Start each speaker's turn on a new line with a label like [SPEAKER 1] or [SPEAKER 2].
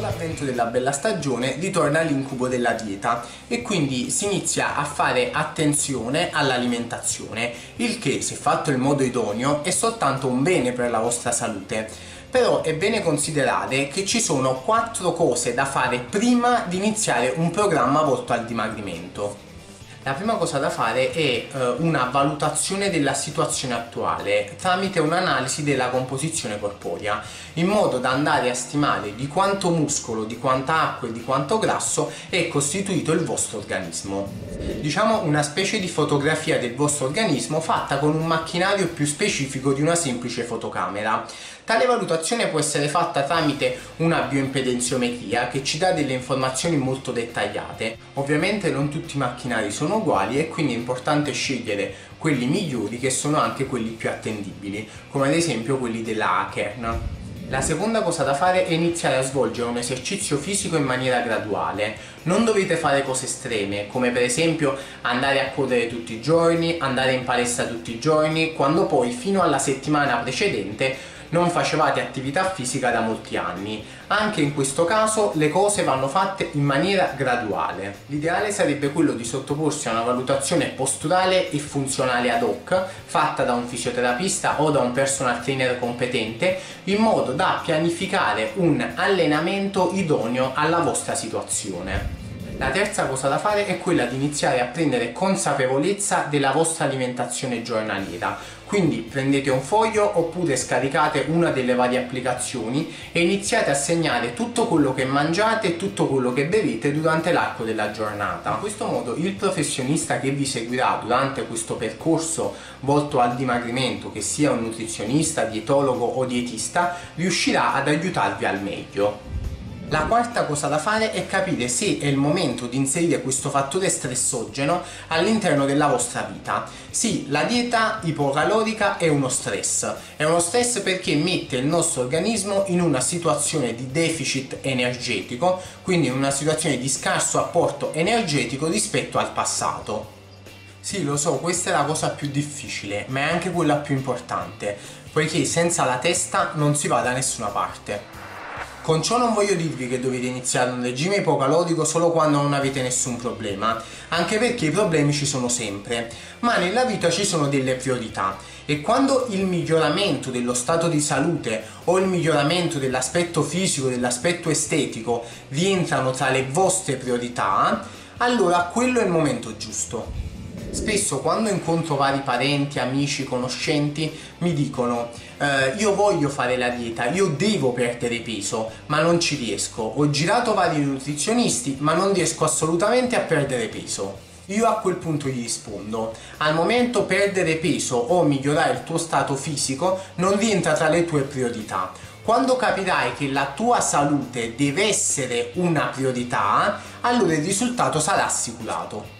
[SPEAKER 1] l'avvento della bella stagione ritorna l'incubo della dieta e quindi si inizia a fare attenzione all'alimentazione, il che, se fatto in modo idoneo, è soltanto un bene per la vostra salute. Però è bene considerare che ci sono 4 cose da fare prima di iniziare un programma volto al dimagrimento. La prima cosa da fare è una valutazione della situazione attuale tramite un'analisi della composizione corporea, in modo da andare a stimare di quanto muscolo, di quanta acqua e di quanto grasso è costituito il vostro organismo. Diciamo una specie di fotografia del vostro organismo fatta con un macchinario più specifico di una semplice fotocamera. Tale valutazione può essere fatta tramite una bioimpedenziometria che ci dà delle informazioni molto dettagliate. Ovviamente non tutti i macchinari sono uguali e quindi è importante scegliere quelli migliori, che sono anche quelli più attendibili, come ad esempio quelli della Ackern. La seconda cosa da fare è iniziare a svolgere un esercizio fisico in maniera graduale. Non dovete fare cose estreme, come per esempio andare a correre tutti i giorni, andare in palestra tutti i giorni, quando poi fino alla settimana precedente non facevate attività fisica da molti anni. Anche in questo caso le cose vanno fatte in maniera graduale. L'ideale sarebbe quello di sottoporsi a una valutazione posturale e funzionale ad hoc, fatta da un fisioterapista o da un personal trainer competente, in modo da pianificare un allenamento idoneo alla vostra situazione. La terza cosa da fare è quella di iniziare a prendere consapevolezza della vostra alimentazione giornaliera. Quindi prendete un foglio oppure scaricate una delle varie applicazioni e iniziate a segnare tutto quello che mangiate e tutto quello che bevete durante l'arco della giornata. In questo modo il professionista che vi seguirà durante questo percorso volto al dimagrimento, che sia un nutrizionista, dietologo o dietista, riuscirà ad aiutarvi al meglio. La quarta cosa da fare è capire se è il momento di inserire questo fattore stressogeno all'interno della vostra vita. Sì, la dieta ipocalorica è uno stress perché mette il nostro organismo in una situazione di deficit energetico, quindi in una situazione di scarso apporto energetico rispetto al passato. Sì, lo so, questa è la cosa più difficile, ma è anche quella più importante, poiché senza la testa non si va da nessuna parte. Con ciò non voglio dirvi che dovete iniziare un regime ipocalorico solo quando non avete nessun problema, anche perché i problemi ci sono sempre, ma nella vita ci sono delle priorità e quando il miglioramento dello stato di salute o il miglioramento dell'aspetto fisico, dell'aspetto estetico rientrano tra le vostre priorità, allora quello è il momento giusto. Spesso quando incontro vari parenti, amici, conoscenti mi dicono io voglio fare la dieta, io devo perdere peso, ma non ci riesco. Ho girato vari nutrizionisti, ma non riesco assolutamente a perdere peso. Io a quel punto gli rispondo: al momento perdere peso o migliorare il tuo stato fisico non rientra tra le tue priorità. Quando capirai che la tua salute deve essere una priorità, allora il risultato sarà assicurato.